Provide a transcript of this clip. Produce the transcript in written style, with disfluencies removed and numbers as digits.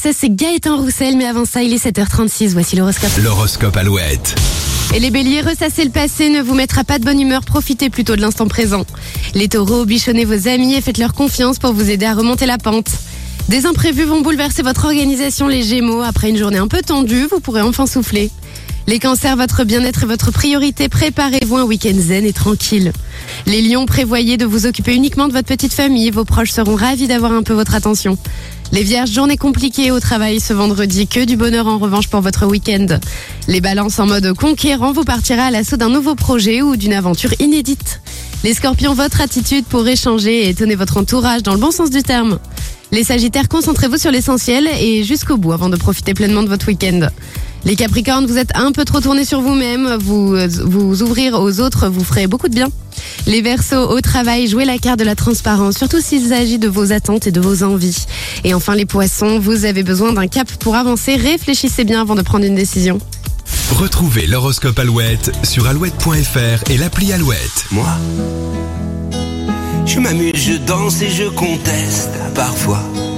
Access, c'est Gaëtan Roussel, mais avant ça, il est 7h36, voici l'horoscope. L'horoscope Alouette. Et les béliers, ressasser le passé ne vous mettra pas de bonne humeur, profitez plutôt de l'instant présent. Les taureaux, bichonnez vos amis et faites-leur confiance pour vous aider à remonter la pente. Des imprévus vont bouleverser votre organisation, les gémeaux. Après une journée un peu tendue, vous pourrez enfin souffler. Les cancers, votre bien-être est votre priorité, préparez-vous un week-end zen et tranquille. Les lions, prévoyez de vous occuper uniquement de votre petite famille, vos proches seront ravis d'avoir un peu votre attention. Les vierges, journée compliquée au travail ce vendredi, que du bonheur en revanche pour votre week-end. Les balances, en mode conquérant, vous partirez à l'assaut d'un nouveau projet ou d'une aventure inédite. Les scorpions, votre attitude pour échanger et étonner votre entourage dans le bon sens du terme. Les sagittaires, concentrez-vous sur l'essentiel et jusqu'au bout avant de profiter pleinement de votre week-end. Les capricornes, vous êtes un peu trop tournés sur vous-même, vous ouvrir aux autres vous ferez beaucoup de bien. Les verseaux, au travail, jouez la carte de la transparence, surtout s'il s'agit de vos attentes et de vos envies. Et enfin les poissons, vous avez besoin d'un cap pour avancer, réfléchissez bien avant de prendre une décision. Retrouvez l'horoscope Alouette sur alouette.fr et l'appli Alouette. Moi, je m'amuse, je danse et je conteste parfois.